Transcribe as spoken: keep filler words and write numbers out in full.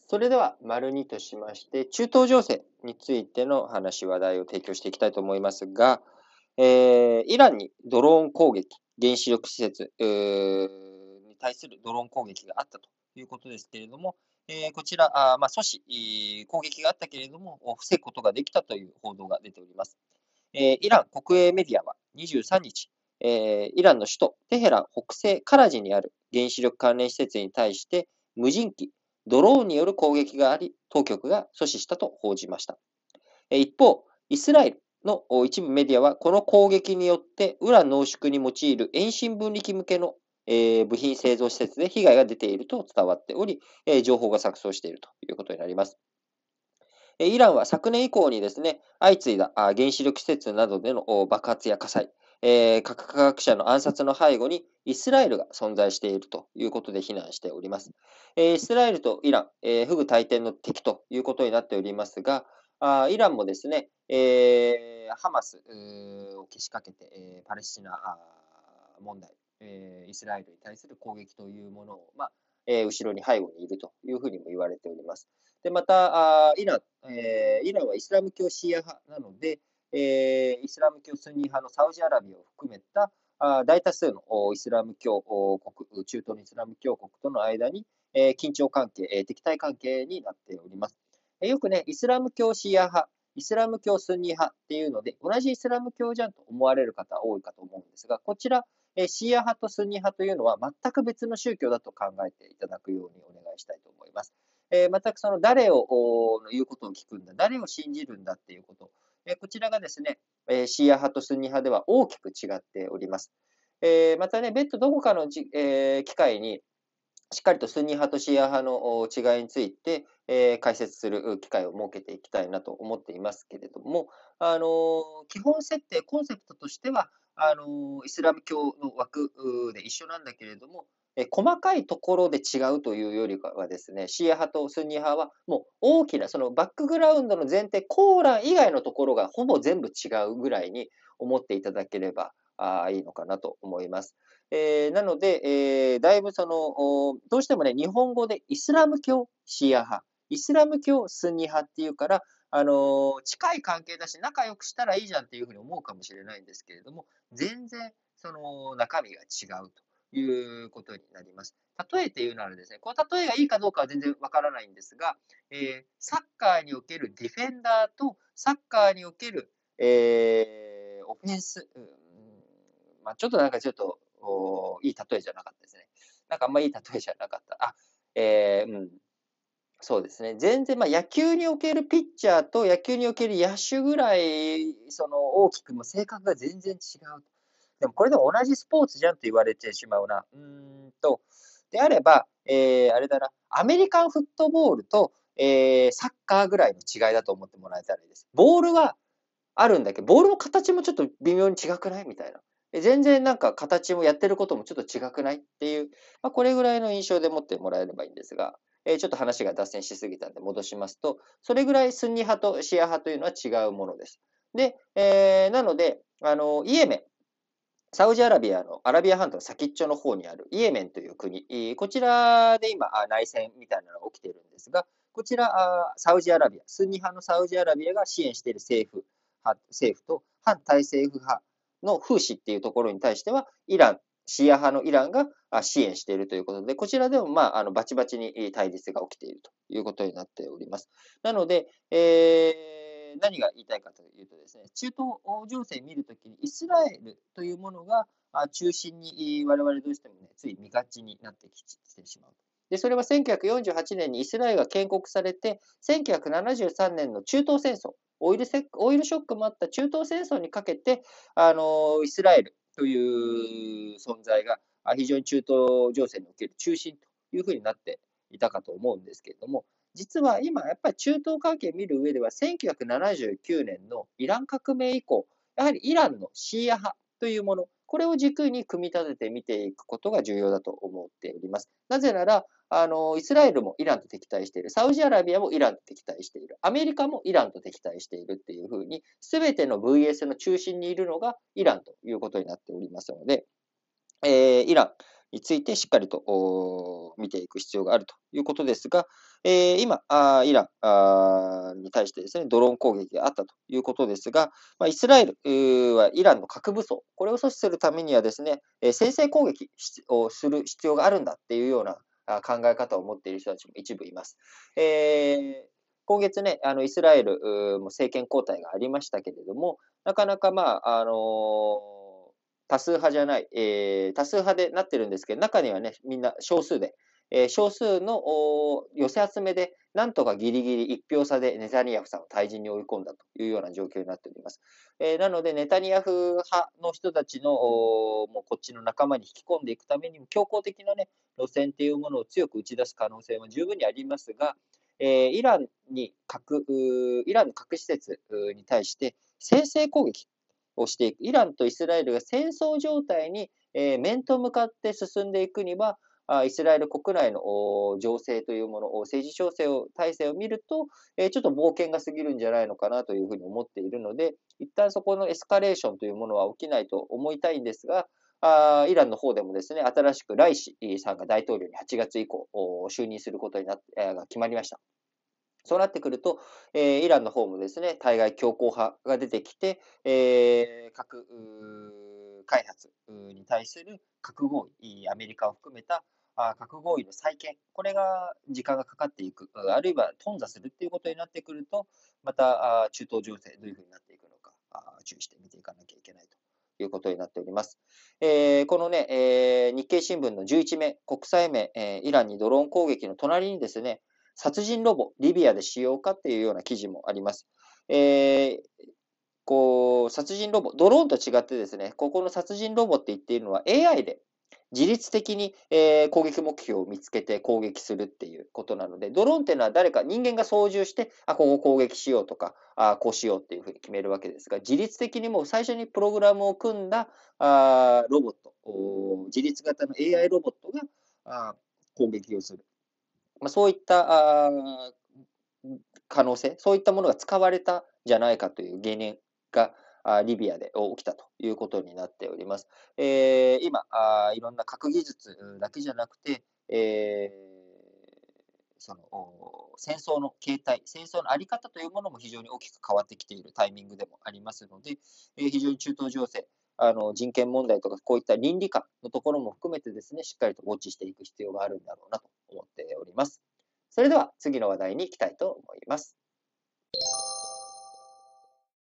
それでは、丸にとしまして、中東情勢についての話、話題を提供していきたいと思いますが、えーイランにドローン攻撃、原子力施設うーに対するドローン攻撃があったということですけれども、えーこちら、あーまあ、阻止、えー攻撃があったけれども、防ぐことができたという報道が出ております。えーイラン国営メディアはにじゅうさんにち、えーイランの首都テヘラン北西カラジにある原子力関連施設に対して無人機、ドローンによる攻撃があり、当局が阻止したと報じました。えー一方、イスラエルの一部メディアは、この攻撃によってウラン濃縮に用いる遠心分離機向けの、えー部品製造施設で被害が出ていると伝わっており、えー情報が錯綜しているということになります。イランは昨年以降にですね、相次いだ原子力施設などでの爆発や火災、えー核科学者の暗殺の背後にイスラエルが存在しているということで非難しております。えーイスラエルとイラン、えー、不倶戴天の敵ということになっておりますが、あイランもですね、えーハマスをけしかけて、えーパレスチナ問題、えーイスラエルに対する攻撃というものを、まあえー後ろに背後にいるというふうにも言われております。で、また、あイラン、えーイランはイスラム教シーア派なので、えーイスラム教スンニ派のサウジアラビアを含めたあ大多数のイスラム教国、中東のイスラム教国との間に、えー緊張関係、えー敵対関係になっております。えーよくね、イスラム教シーア派、イスラム教スンニ派っていうので、同じイスラム教じゃんと思われる方多いかと思うんですが、こちら、えーシーア派とスンニ派というのは全く別の宗教だと考えていただくようにお願いしたいと思います。えー、またその誰を言うことを聞くんだ、誰を信じるんだっていうこと、えー、こちらがですね、えー、シーア派とスンニ派では大きく違っております。えー、またね、別途どこかのじ、えー機会に、しっかりとスンニ派とシーア派の違いについて、えー解説する機会を設けていきたいなと思っていますけれども、あのー基本設定、コンセプトとしては、あのーイスラム教の枠で一緒なんだけれども、え細かいところで違うというよりかはですね、シーア派とスンニ派はもう大きなそのバックグラウンドの前提、コーラン以外のところがほぼ全部違うぐらいに思っていただければあいいのかなと思います。えーなので、えーだいぶその、どうしてもね、日本語でイスラム教シーア派、イスラム教スンニ派っていうから、あのー近い関係だし、仲良くしたらいいじゃんっていうふうに思うかもしれないんですけれども、全然その中身が違うということになります。例えて言うならですね、この例えがいいかどうかは全然わからないんですが、えーサッカーにおけるディフェンダーとサッカーにおける、えーオフェンス、うんまあ、ちょっとなんかちょっとおいい例えじゃなかったですね。なんかあんまいい例えじゃなかった。あ、えーうん、そうですね。全然、まあ、野球におけるピッチャーと野球における野手ぐらい、その大きくも性格が全然違う。でもこれでも同じスポーツじゃんと言われてしまうな。うーんと、であれば、えー、あれだな、アメリカンフットボールと、えー、サッカーぐらいの違いだと思ってもらえたらいいです。ボールはあるんだけど、ボールの形もちょっと微妙に違くないみたいな。全然なんか形もやってることもちょっと違くないっていう、まあ、これぐらいの印象で持ってもらえればいいんですが、えーちょっと話が脱線しすぎたんで戻しますと、それぐらいスンニ派とシア派というのは違うものです。で、えーなので、あの、イエメン、サウジアラビアのアラビア半島の先っちょの方にあるイエメンという国、こちらで今内戦みたいなのが起きているんですが、こちらサウジアラビア、スンニ派のサウジアラビアが支援している政府政府と反体政府派のフーシっていうところに対しては、イラン、シーア派のイランが支援しているということで、こちらでも、まあ、あのバチバチに対立が起きているということになっております。なので、えー何が言いたいかというとですね、中東情勢を見るときにイスラエルというものが中心に我々どうしてもね、つい見がちになってきてしまう。で、それはせんきゅうひゃくよんじゅうはちねんにイスラエルが建国されて、せんきゅうひゃくななじゅうさんねんの中東戦争、オイルセオイルショックもあった中東戦争にかけて、あのイスラエルという存在が非常に中東情勢における中心というふうになっていたかと思うんですけれども、実は今、やっぱり中東関係を見る上では、せんきゅうひゃくななじゅうきゅうねんのイラン革命以降、やはりイランのシーア派というもの、これを軸に組み立てて見ていくことが重要だと思っております。なぜなら、あの、イスラエルもイランと敵対している、サウジアラビアもイランと敵対している、アメリカもイランと敵対しているっていうふうに、すべての ブイエス の中心にいるのがイランということになっておりますので、えー、イラン、 についてしっかりと見ていく必要があるということですが、えー、今あ、イランあに対してですね、ドローン攻撃があったということですが、まあ、イスラエルはイランの核武装、これを阻止するためにはですね、先制攻撃をする必要があるんだっていうような考え方を持っている人たちも一部います。えー、今月ね、あのイスラエルも政権交代がありましたけれども、なかなか、まああのー、多数派じゃない、えー、多数派でなってるんですけど、中にはね、みんな少数で、えー、少数の寄せ集めで、なんとかギリギリいち票差でネタニヤフさんを退陣に追い込んだというような状況になっております。えー、なので、ネタニヤフ派の人たちの、もうこっちの仲間に引き込んでいくためにも、強硬的なね、路線っていうものを強く打ち出す可能性は十分にありますが、えー、イランに核、イランの核施設に対して先制攻撃をしていく。イランとイスラエルが戦争状態に、えー、面と向かって進んでいくには、イスラエル国内の情勢というもの、政治調整を体制を見ると、えー、ちょっと冒険が過ぎるんじゃないのかなというふうに思っているので、一旦そこのエスカレーションというものは起きないと思いたいんですが、あイランの方でもですね、新しくライシさんが大統領にはちがつ以降就任することになって、えー、が決まりました。そうなってくると、えー、イランの方もですね、対外強硬派が出てきて、えー、核開発に対する核合意、アメリカを含めたあ核合意の再建、これが時間がかかっていく、あるいは頓挫するっていうことになってくると、またあ中東情勢どういうふうになっていくのか、あ注意して見ていかなきゃいけないということになっております。えー、このね、えー、日経新聞のじゅういちめ、国際面、えー、イランにドローン攻撃の隣にですね、殺人ロボ、リビアで使用かっていうような記事もあります。えー、こう、殺人ロボ、ドローンと違ってですね、ここの殺人ロボって言っているのは エーアイ で自律的に、えー、攻撃目標を見つけて攻撃するっていうことなので、ドローンっていうのは誰か人間が操縦して、あ、ここ攻撃しようとか、あ、こうしようっていうふうに決めるわけですが、自律的にもう最初にプログラムを組んだあロボット、自律型の エーアイ ロボットがあ攻撃をする。まあ、そういったあ可能性、そういったものが使われたんじゃないかという懸念があリビアで起きたということになっております。えー、今あ、いろんな核技術だけじゃなくて、えーその戦争の形態、戦争のあり方というものも非常に大きく変わってきているタイミングでもありますので、えー、非常に中東情勢、あの人権問題とかこういった倫理観のところも含めてですね、しっかりとウォッチしていく必要があるんだろうなと思っております。それでは次の話題に行きたいと思います。